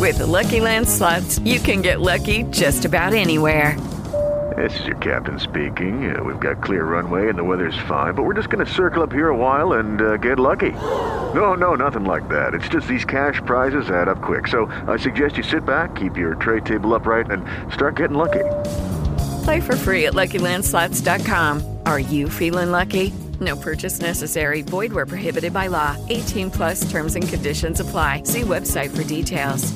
With the Lucky Land Slots, you can get lucky just about anywhere. This is your captain speaking. We've got clear runway and the weather's fine, but we're just going to circle up here a while and get lucky. No, nothing like that. It's just these cash prizes add up quick. So I suggest you sit back, keep your tray table upright, and start getting lucky. Play for free at LuckyLandSlots.com. Are you feeling lucky? No purchase necessary. Void where prohibited by law. 18 plus terms and conditions apply. See website for details.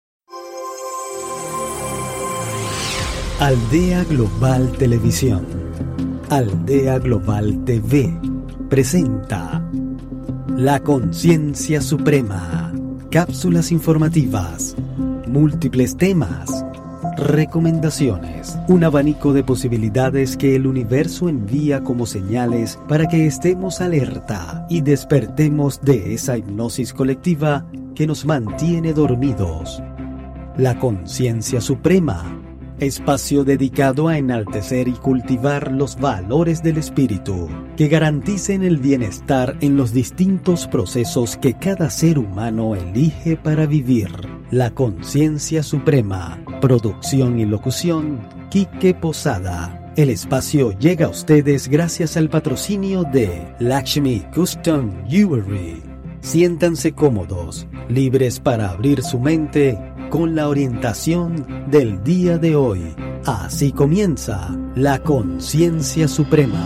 Aldea Global Televisión, Aldea Global TV, presenta La Conciencia Suprema. Cápsulas informativas, múltiples temas, recomendaciones, un abanico de posibilidades que el universo envía como señales para que estemos alerta y despertemos de esa hipnosis colectiva que nos mantiene dormidos. La Conciencia Suprema, espacio dedicado a enaltecer y cultivar los valores del espíritu que garanticen el bienestar en los distintos procesos que cada ser humano elige para vivir. La Conciencia Suprema. Producción y locución, Quique Posada. El espacio llega a ustedes gracias al patrocinio de Lakshmi Custom Jewelry. Siéntanse cómodos, libres para abrir su mente con la orientación del día de hoy. Así comienza La Conciencia Suprema.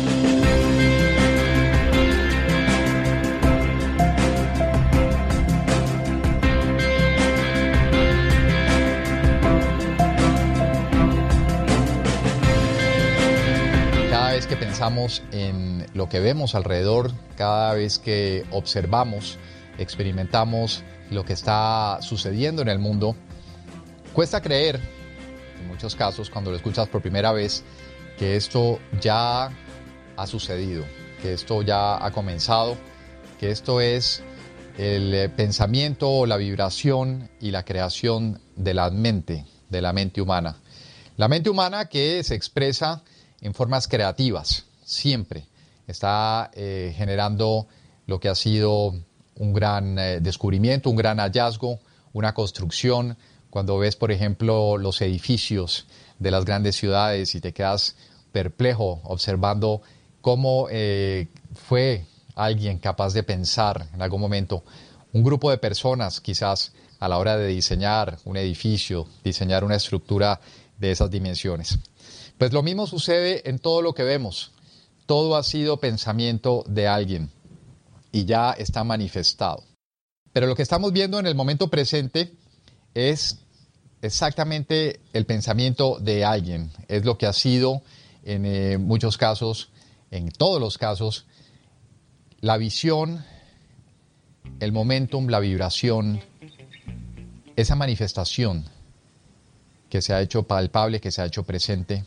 Cada vez que pensamos en lo que vemos alrededor, cada vez que observamos, experimentamos lo que está sucediendo en el mundo, cuesta creer, en muchos casos, cuando lo escuchas por primera vez, que esto ya ha sucedido, que esto ya ha comenzado, que esto es el pensamiento o la vibración y la creación de la mente humana. La mente humana que se expresa en formas creativas, siempre está generando lo que ha sido un gran descubrimiento, un gran hallazgo, una construcción. Cuando ves, por ejemplo, los edificios de las grandes ciudades y te quedas perplejo observando cómo fue alguien capaz de pensar en algún momento, un grupo de personas quizás a la hora de diseñar un edificio, diseñar una estructura de esas dimensiones. Pues lo mismo sucede en todo lo que vemos. Todo ha sido pensamiento de alguien y ya está manifestado. Pero lo que estamos viendo en el momento presente es exactamente el pensamiento de alguien. Es lo que ha sido en muchos casos, en todos los casos, la visión, el momentum, la vibración, esa manifestación que se ha hecho palpable, que se ha hecho presente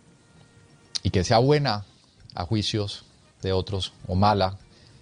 y que sea buena a juicios de otros o mala,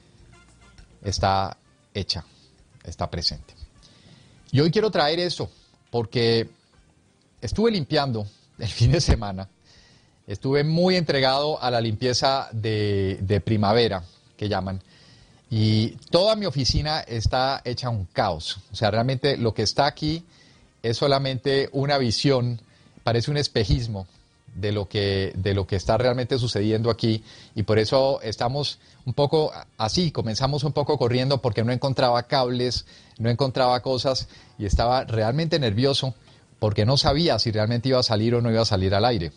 está hecha, está presente. Y hoy quiero traer eso porque estuve limpiando el fin de semana, estuve muy entregado a la limpieza de primavera, que llaman, y toda mi oficina está hecha un caos. O sea, realmente lo que está aquí es solamente una visión, parece un espejismo de lo que está realmente sucediendo aquí, y por eso estamos un poco así, comenzamos un poco corriendo porque no encontraba cables, no encontraba cosas y estaba realmente nervioso porque no sabía si realmente iba a salir o no iba a salir al aire.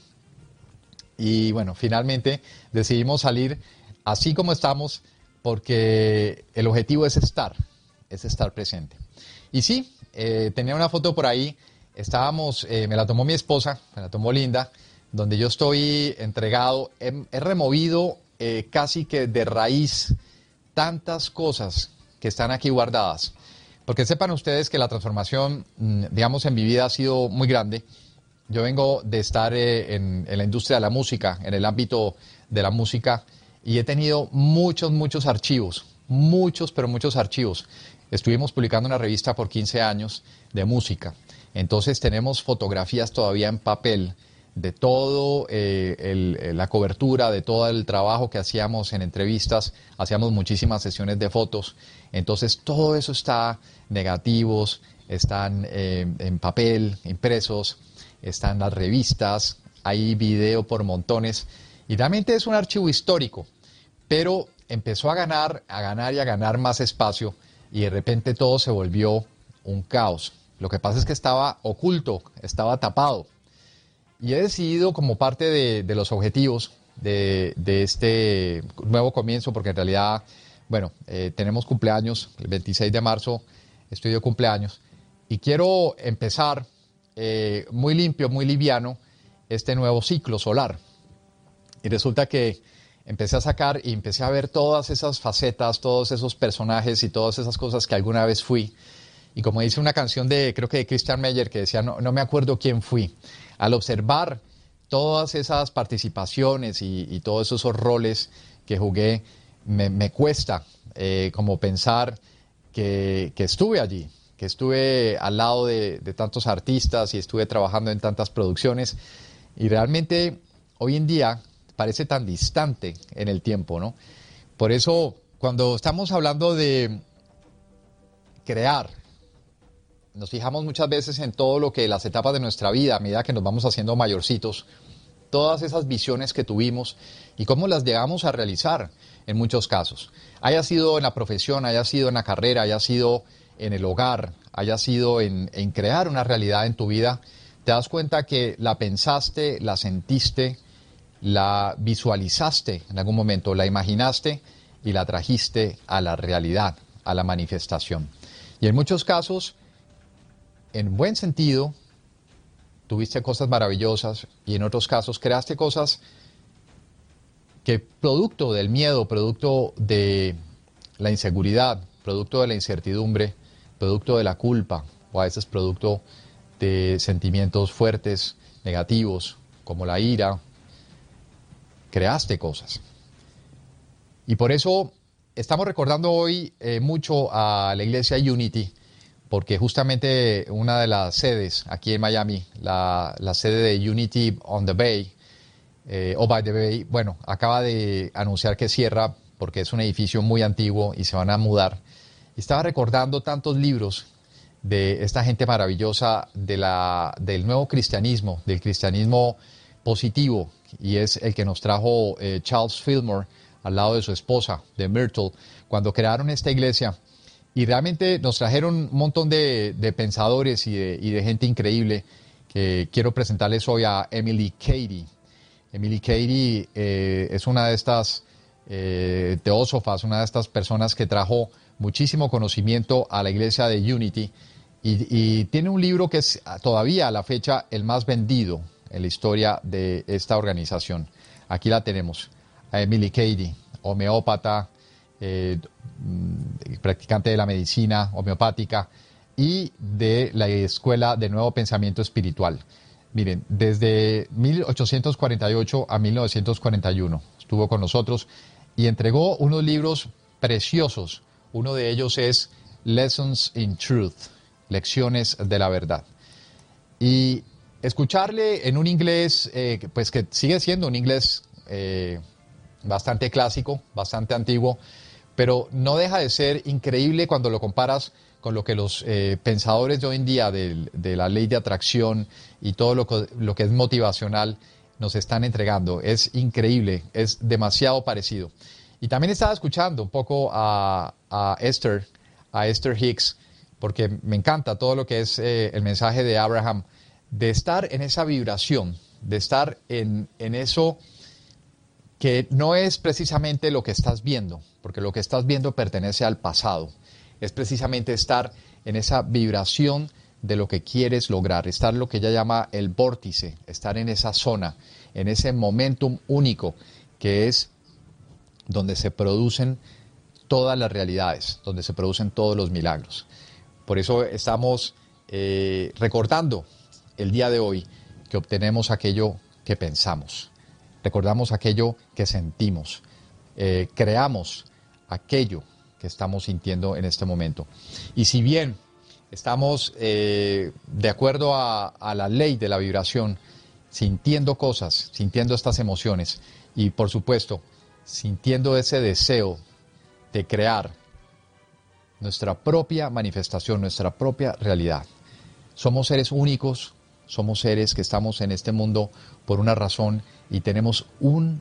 Y bueno, finalmente decidimos salir así como estamos porque el objetivo es estar presente. Y sí, tenía una foto por ahí, me la tomó mi esposa, me la tomó Linda, donde yo estoy entregado, he removido casi que de raíz tantas cosas que están aquí guardadas. Porque sepan ustedes que la transformación, digamos, en mi vida ha sido muy grande. Yo vengo de estar en la industria de la música, en el ámbito de la música, y he tenido muchos archivos, pero muchos archivos. Estuvimos publicando una revista por 15 años de música. Entonces tenemos fotografías todavía en papel de todo la cobertura, de todo el trabajo que hacíamos en entrevistas, hacíamos muchísimas sesiones de fotos, entonces todo eso está, negativos, están en papel, impresos, están las revistas, hay video por montones, y realmente es un archivo histórico, pero empezó a ganar y a ganar más espacio, y de repente todo se volvió un caos. Lo que pasa es que estaba oculto, estaba tapado, y he decidido, como parte de los objetivos de este nuevo comienzo, porque en realidad, bueno, tenemos cumpleaños, el 26 de marzo estoy de cumpleaños, y quiero empezar muy limpio, muy liviano, este nuevo ciclo solar. Y resulta que empecé a sacar y empecé a ver todas esas facetas, todos esos personajes y todas esas cosas que alguna vez fui. Y como dice una canción creo que de Christian Meyer, que decía, no me acuerdo quién fui. Al observar todas esas participaciones y todos esos roles que jugué, me cuesta como pensar que estuve allí, que estuve al lado de tantos artistas y estuve trabajando en tantas producciones. Y realmente hoy en día parece tan distante en el tiempo, ¿no? Por eso, cuando estamos hablando de crear, nos fijamos muchas veces en todo lo que las etapas de nuestra vida, a medida que nos vamos haciendo mayorcitos, todas esas visiones que tuvimos y cómo las llegamos a realizar en muchos casos. Haya sido en la profesión, haya sido en la carrera, haya sido en el hogar, haya sido en crear una realidad en tu vida, te das cuenta que la pensaste, la sentiste, la visualizaste en algún momento, la imaginaste y la trajiste a la realidad, a la manifestación. Y en muchos casos, en buen sentido, tuviste cosas maravillosas, y en otros casos creaste cosas que, producto del miedo, producto de la inseguridad, producto de la incertidumbre, producto de la culpa, o a veces producto de sentimientos fuertes, negativos, como la ira, creaste cosas. Y por eso estamos recordando hoy mucho a la iglesia Unity, porque justamente una de las sedes aquí en Miami, la sede de Unity on the Bay, o by the Bay, bueno, acaba de anunciar que cierra porque es un edificio muy antiguo y se van a mudar. Y estaba recordando tantos libros de esta gente maravillosa del nuevo cristianismo, del cristianismo positivo, y es el que nos trajo Charles Fillmore al lado de su esposa, de Myrtle, cuando crearon esta iglesia. Y realmente nos trajeron un montón de pensadores y de gente increíble, que quiero presentarles hoy a Emily Cady. Emily Cady es una de estas teósofas, una de estas personas que trajo muchísimo conocimiento a la iglesia de Unity, y tiene un libro que es todavía a la fecha el más vendido en la historia de esta organización. Aquí la tenemos, a Emily Cady, homeópata, practicante de la medicina homeopática y de la Escuela de Nuevo Pensamiento Espiritual. Miren, desde 1848 a 1941 estuvo con nosotros y entregó unos libros preciosos. Uno de ellos es Lessons in Truth, Lecciones de la Verdad. Y escucharle en un inglés, pues que sigue siendo un inglés bastante clásico, bastante antiguo, pero no deja de ser increíble cuando lo comparas con lo que los pensadores de hoy en día de la ley de atracción y todo lo que es motivacional nos están entregando. Es increíble, es demasiado parecido. Y también estaba escuchando un poco a Esther Hicks, porque me encanta todo lo que es el mensaje de Abraham, de estar en esa vibración, de estar en eso que no es precisamente lo que estás viendo, porque lo que estás viendo pertenece al pasado. Es precisamente estar en esa vibración de lo que quieres lograr, estar en lo que ella llama el vórtice, estar en esa zona, en ese momentum único que es donde se producen todas las realidades, donde se producen todos los milagros. Por eso estamos recordando el día de hoy que obtenemos aquello que pensamos, recordamos aquello que sentimos, creamos aquello que estamos sintiendo en este momento. Y si bien estamos de acuerdo a la ley de la vibración, sintiendo cosas, sintiendo estas emociones y por supuesto sintiendo ese deseo de crear, nuestra propia manifestación, nuestra propia realidad. Somos seres únicos, somos seres que estamos en este mundo por una razón y tenemos un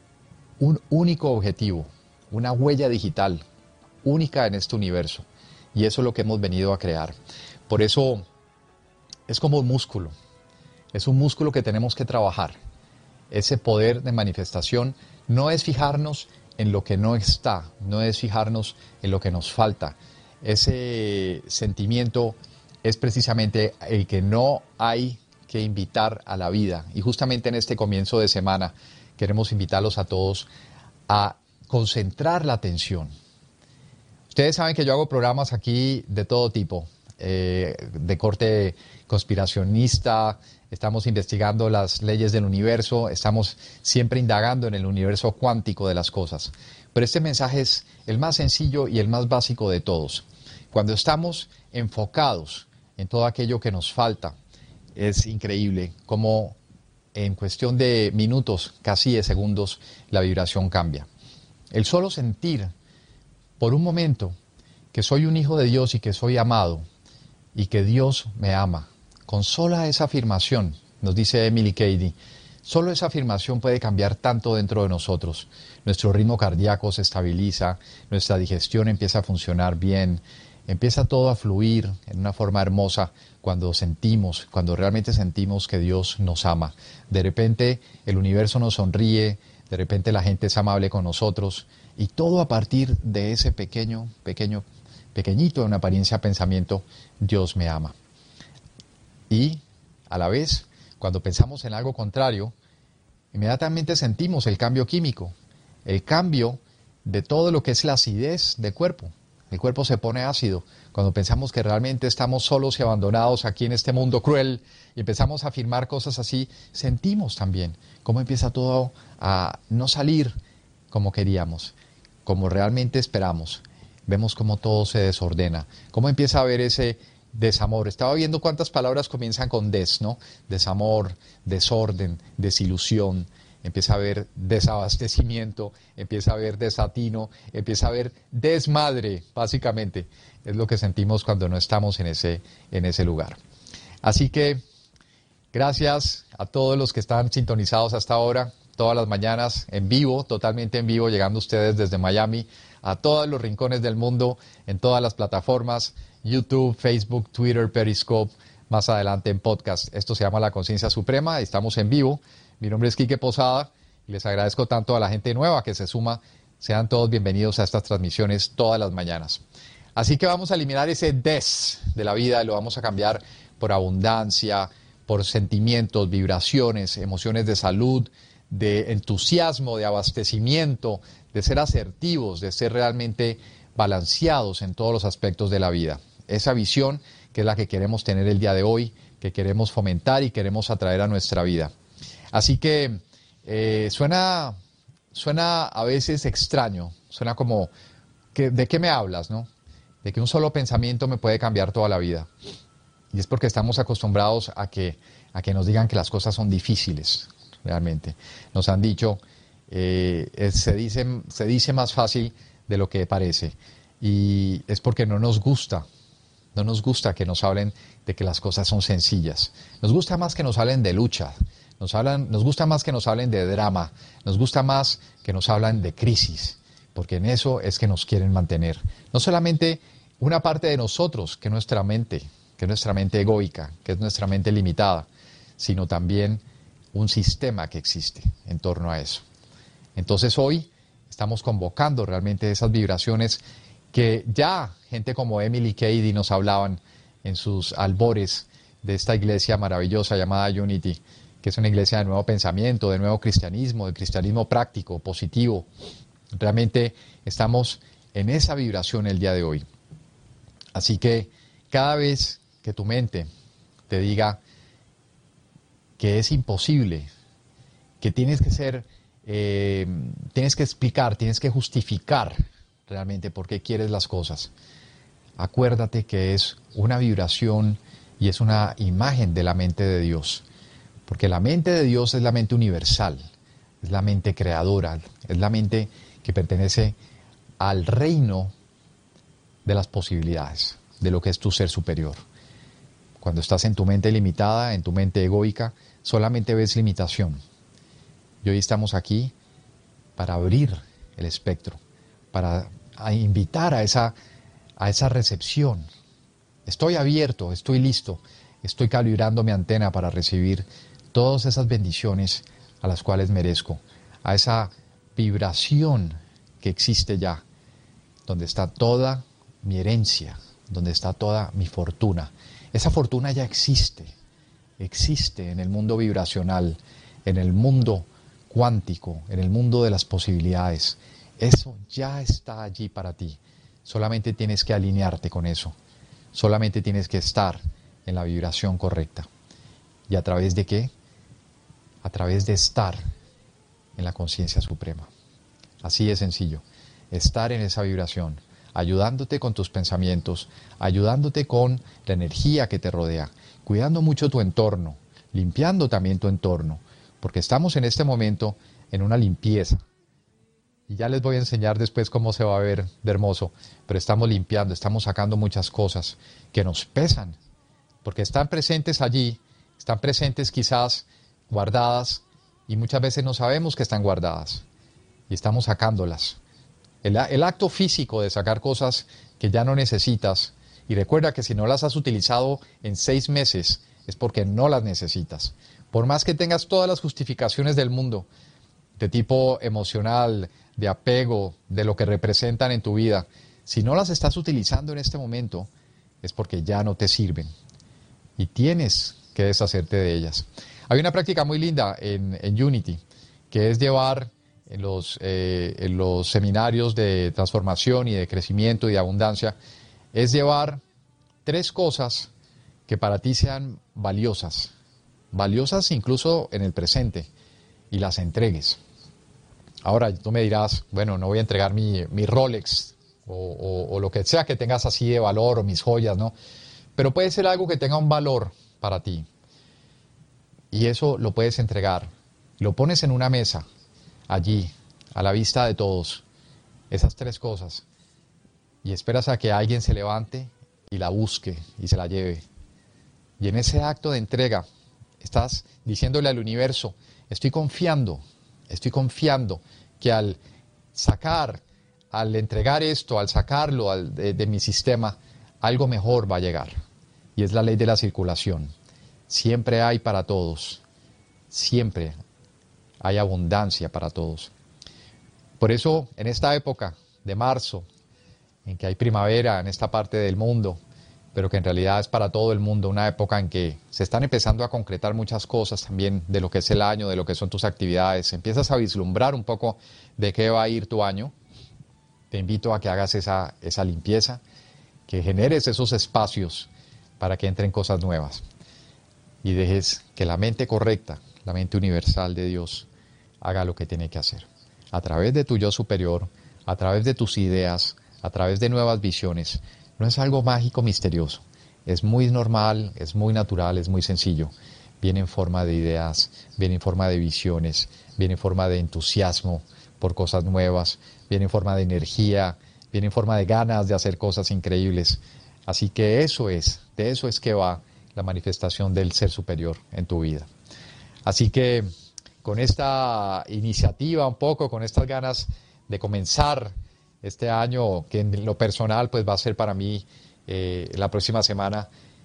único objetivo, una huella digital única en este universo. Y eso es lo que hemos venido a crear. Por eso es como un músculo. Es un músculo que tenemos que trabajar. Ese poder de manifestación no es fijarnos en lo que no está, no es fijarnos en lo que nos falta. Ese sentimiento es precisamente el que no hay que invitar a la vida. Y justamente en este comienzo de semana queremos invitarlos a todos a concentrar la atención. Ustedes saben que yo hago programas aquí de todo tipo, de corte conspiracionista, estamos investigando las leyes del universo, estamos siempre indagando en el universo cuántico de las cosas. Pero este mensaje es el más sencillo y el más básico de todos. Cuando estamos enfocados en todo aquello que nos falta, es increíble cómo en cuestión de minutos, casi de segundos, la vibración cambia. El solo sentir por un momento que soy un hijo de Dios y que soy amado y que Dios me ama, con sola esa afirmación, nos dice Emily Cady, solo esa afirmación puede cambiar tanto dentro de nosotros. Nuestro ritmo cardíaco se estabiliza, nuestra digestión empieza a funcionar bien, empieza todo a fluir en una forma hermosa cuando realmente sentimos que Dios nos ama. De repente el universo nos sonríe, de repente la gente es amable con nosotros y todo a partir de ese pequeñito en apariencia pensamiento, Dios me ama. Y a la vez, cuando pensamos en algo contrario, inmediatamente sentimos el cambio químico, el cambio de todo lo que es la acidez del cuerpo. El cuerpo se pone ácido cuando pensamos que realmente estamos solos y abandonados aquí en este mundo cruel y empezamos a afirmar cosas así, sentimos también cómo empieza todo a no salir como queríamos, como realmente esperamos. Vemos cómo todo se desordena, cómo empieza a haber ese desamor. Estaba viendo cuántas palabras comienzan con des, ¿no? Desamor, desorden, desilusión. Empieza a haber desabastecimiento, empieza a haber desatino, empieza a haber desmadre, básicamente. Es lo que sentimos cuando no estamos en ese lugar. Así que gracias a todos los que están sintonizados hasta ahora, todas las mañanas en vivo, totalmente en vivo, llegando ustedes desde Miami a todos los rincones del mundo, en todas las plataformas, YouTube, Facebook, Twitter, Periscope, más adelante en podcast. Esto se llama La Conciencia Suprema, estamos en vivo. Mi nombre es Quique Posada y les agradezco tanto a la gente nueva que se suma. Sean todos bienvenidos a estas transmisiones todas las mañanas. Así que vamos a eliminar ese des de la vida y lo vamos a cambiar por abundancia, por sentimientos, vibraciones, emociones de salud, de entusiasmo, de abastecimiento, de ser asertivos, de ser realmente balanceados en todos los aspectos de la vida. Esa visión que es la que queremos tener el día de hoy, que queremos fomentar y queremos atraer a nuestra vida. Así que suena a veces extraño, suena como, ¿de qué me hablas, no? De que un solo pensamiento me puede cambiar toda la vida. Y es porque estamos acostumbrados a que nos digan que las cosas son difíciles, realmente. Nos han dicho, se dice más fácil de lo que parece. Y es porque no nos gusta que nos hablen de que las cosas son sencillas. Nos gusta más que nos hablen de lucha. Nos gusta más que nos hablen de drama, nos gusta más que nos hablen de crisis, porque en eso es que nos quieren mantener. No solamente una parte de nosotros, que es nuestra mente egoica, que es nuestra mente limitada, sino también un sistema que existe en torno a eso. Entonces hoy estamos convocando realmente esas vibraciones que ya gente como Emily Cady nos hablaban en sus albores de esta iglesia maravillosa llamada Unity, que es una iglesia de nuevo pensamiento, de nuevo cristianismo, de cristianismo práctico, positivo. Realmente estamos en esa vibración el día de hoy. Así que cada vez que tu mente te diga que es imposible, que tienes que explicar, tienes que justificar realmente por qué quieres las cosas, acuérdate que es una vibración y es una imagen de la mente de Dios. Porque la mente de Dios es la mente universal, es la mente creadora, es la mente que pertenece al reino de las posibilidades, de lo que es tu ser superior. Cuando estás en tu mente limitada, en tu mente egoica, solamente ves limitación. Y hoy estamos aquí para abrir el espectro, para invitar a esa recepción. Estoy abierto, estoy listo, estoy calibrando mi antena para recibir todas esas bendiciones a las cuales merezco, a esa vibración que existe ya, donde está toda mi herencia, donde está toda mi fortuna. Esa fortuna ya existe en el mundo vibracional, en el mundo cuántico, en el mundo de las posibilidades. Eso ya está allí para ti. Solamente tienes que alinearte con eso. Solamente tienes que estar en la vibración correcta. ¿Y a través de qué? A través de estar en la conciencia suprema. Así de sencillo. Estar en esa vibración, ayudándote con tus pensamientos, ayudándote con la energía que te rodea, cuidando mucho tu entorno, limpiando también tu entorno, porque estamos en este momento en una limpieza. Y ya les voy a enseñar después cómo se va a ver de hermoso, pero estamos limpiando, estamos sacando muchas cosas que nos pesan, porque están presentes allí, están presentes quizás guardadas, y muchas veces no sabemos que están guardadas, y estamos sacándolas. El acto físico de sacar cosas que ya no necesitas, y recuerda que si no las has utilizado en 6 meses, es porque no las necesitas. Por más que tengas todas las justificaciones del mundo, de tipo emocional, de apego, de lo que representan en tu vida, si no las estás utilizando en este momento, es porque ya no te sirven. Y tienes que deshacerte de ellas. Hay una práctica muy linda en Unity, que es llevar en los seminarios de transformación y de crecimiento y de abundancia, es llevar 3 cosas que para ti sean valiosas incluso en el presente, y las entregues. Ahora tú me dirás, bueno, no voy a entregar mi Rolex o lo que sea que tengas así de valor, o mis joyas, ¿no? Pero puede ser algo que tenga un valor para ti. Y eso lo puedes entregar. Lo pones en una mesa, allí, a la vista de todos, esas 3 cosas. Y esperas a que alguien se levante y la busque y se la lleve. Y en ese acto de entrega, estás diciéndole al universo, estoy confiando que al entregar esto, al sacarlo de mi sistema, algo mejor va a llegar. Y es la ley de la circulación. Siempre hay para todos. Siempre hay abundancia para todos. Por eso, en esta época de marzo, en que hay primavera en esta parte del mundo, pero que en realidad es para todo el mundo, una época en que se están empezando a concretar muchas cosas también de lo que es el año, de lo que son tus actividades. Empiezas a vislumbrar un poco de qué va a ir tu año. Te invito a que hagas esa limpieza, que generes esos espacios para que entren cosas nuevas y dejes que la mente correcta, la mente universal de Dios, haga lo que tiene que hacer. A través de tu yo superior, a través de tus ideas, a través de nuevas visiones. No es algo mágico, misterioso. Es muy normal, es muy natural, es muy sencillo. Viene en forma de ideas, viene en forma de visiones, viene en forma de entusiasmo por cosas nuevas, viene en forma de energía, viene en forma de ganas de hacer cosas increíbles. Así que de eso es que va la manifestación del ser superior en tu vida. Así que con esta iniciativa un poco, con estas ganas de comenzar este año, que en lo personal pues va a ser para mí la próxima semana,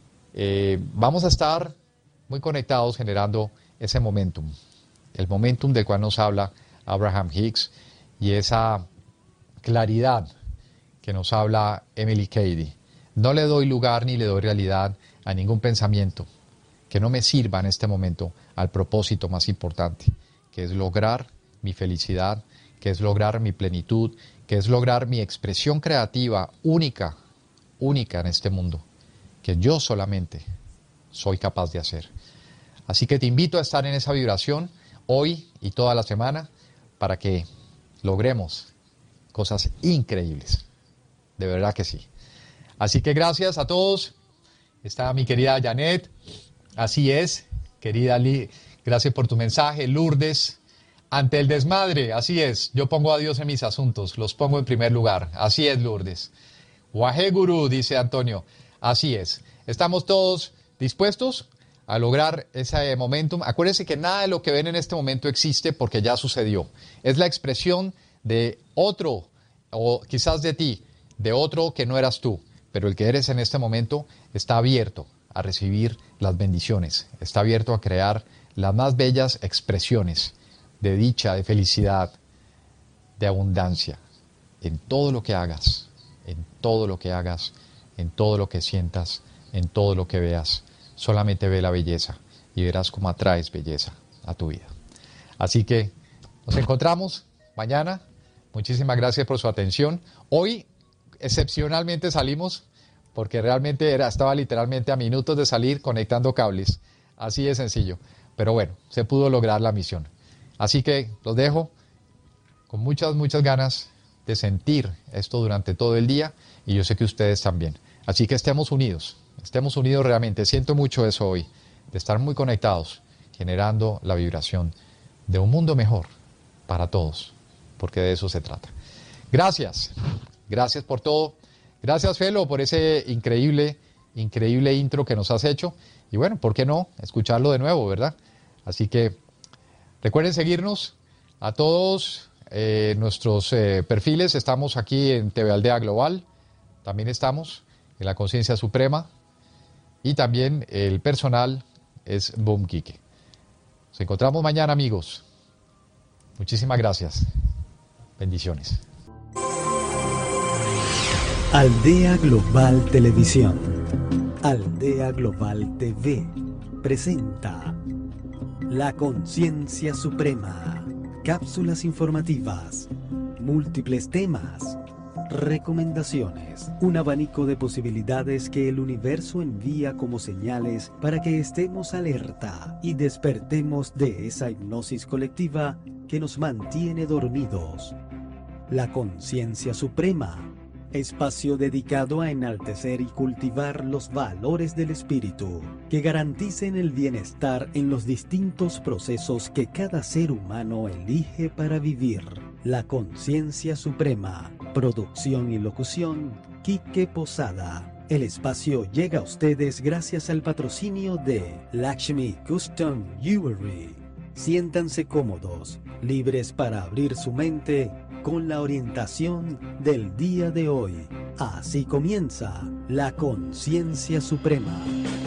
vamos a estar muy conectados generando ese momentum, el momentum del cual nos habla Abraham Hicks, y esa claridad que nos habla Emily Cady. No le doy lugar ni le doy realidad a ningún pensamiento que no me sirva en este momento al propósito más importante, que es lograr mi felicidad, que es lograr mi plenitud, que es lograr mi expresión creativa única en este mundo, que yo solamente soy capaz de hacer. Así que te invito a estar en esa vibración hoy y toda la semana para que logremos cosas increíbles. De verdad que sí. Así que gracias a todos. Está mi querida Janet. Así es, querida gracias por tu mensaje. Lourdes. Ante el desmadre, así es, yo pongo a Dios en mis asuntos, los pongo en primer lugar, así es, Lourdes. Waheguru, dice Antonio. Así es. Estamos todos dispuestos a lograr ese momentum. Acuérdense que nada de lo que ven en este momento existe porque ya sucedió. Es la expresión de otro, o quizás de ti, de otro que no eras tú. Pero el que eres en este momento está abierto a recibir las bendiciones. Está abierto a crear las más bellas expresiones de dicha, de felicidad, de abundancia. En todo lo que hagas, en todo lo que hagas, en todo lo que sientas, en todo lo que veas. Solamente ve la belleza y verás cómo atraes belleza a tu vida. Así que nos encontramos mañana. Muchísimas gracias por su atención. Hoy excepcionalmente salimos porque realmente estaba literalmente a minutos de salir conectando cables. Así de sencillo. Pero bueno, se pudo lograr la misión. Así que los dejo con muchas ganas de sentir esto durante todo el día y yo sé que ustedes también. Así que estemos unidos realmente. Siento mucho eso hoy, de estar muy conectados, generando la vibración de un mundo mejor para todos, porque de eso se trata. Gracias por todo. Gracias, Felo, por ese increíble intro que nos has hecho. Y bueno, ¿por qué no escucharlo de nuevo, verdad? Así que recuerden seguirnos a todos nuestros perfiles. Estamos aquí en TV Aldea Global. También estamos en La Conciencia Suprema. Y también el personal es Boom Quique. Nos encontramos mañana, amigos. Muchísimas gracias. Bendiciones. Aldea Global Televisión, Aldea Global TV, presenta La Conciencia Suprema. Cápsulas informativas, múltiples temas, recomendaciones, un abanico de posibilidades que el universo envía como señales para que estemos alerta y despertemos de esa hipnosis colectiva que nos mantiene dormidos. La Conciencia Suprema, espacio dedicado a enaltecer y cultivar los valores del espíritu que garanticen el bienestar en los distintos procesos que cada ser humano elige para vivir. La Conciencia Suprema, producción y locución, Quique Posada. El espacio llega a ustedes gracias al patrocinio de Lakshmi Custom Jewelry. Siéntanse cómodos, libres para abrir su mente con la orientación del día de hoy. Así comienza La Conciencia Suprema.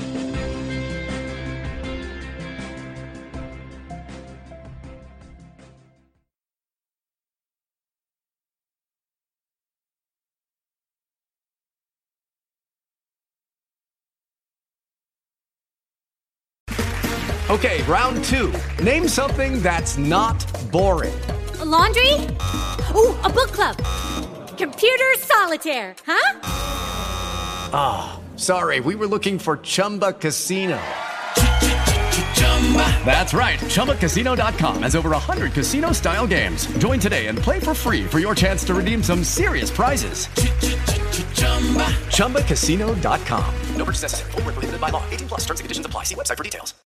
Okay, round two. Name something that's not boring. A laundry? Ooh, a book club. Computer solitaire, huh? Ah, sorry, we were looking for Chumba Casino. That's right, ChumbaCasino.com has over 100 casino-style games. Join today and play for free for your chance to redeem some serious prizes. ChumbaCasino.com. No purchase necessary. Void where prohibited by law. 18+ terms and conditions apply. See website for details.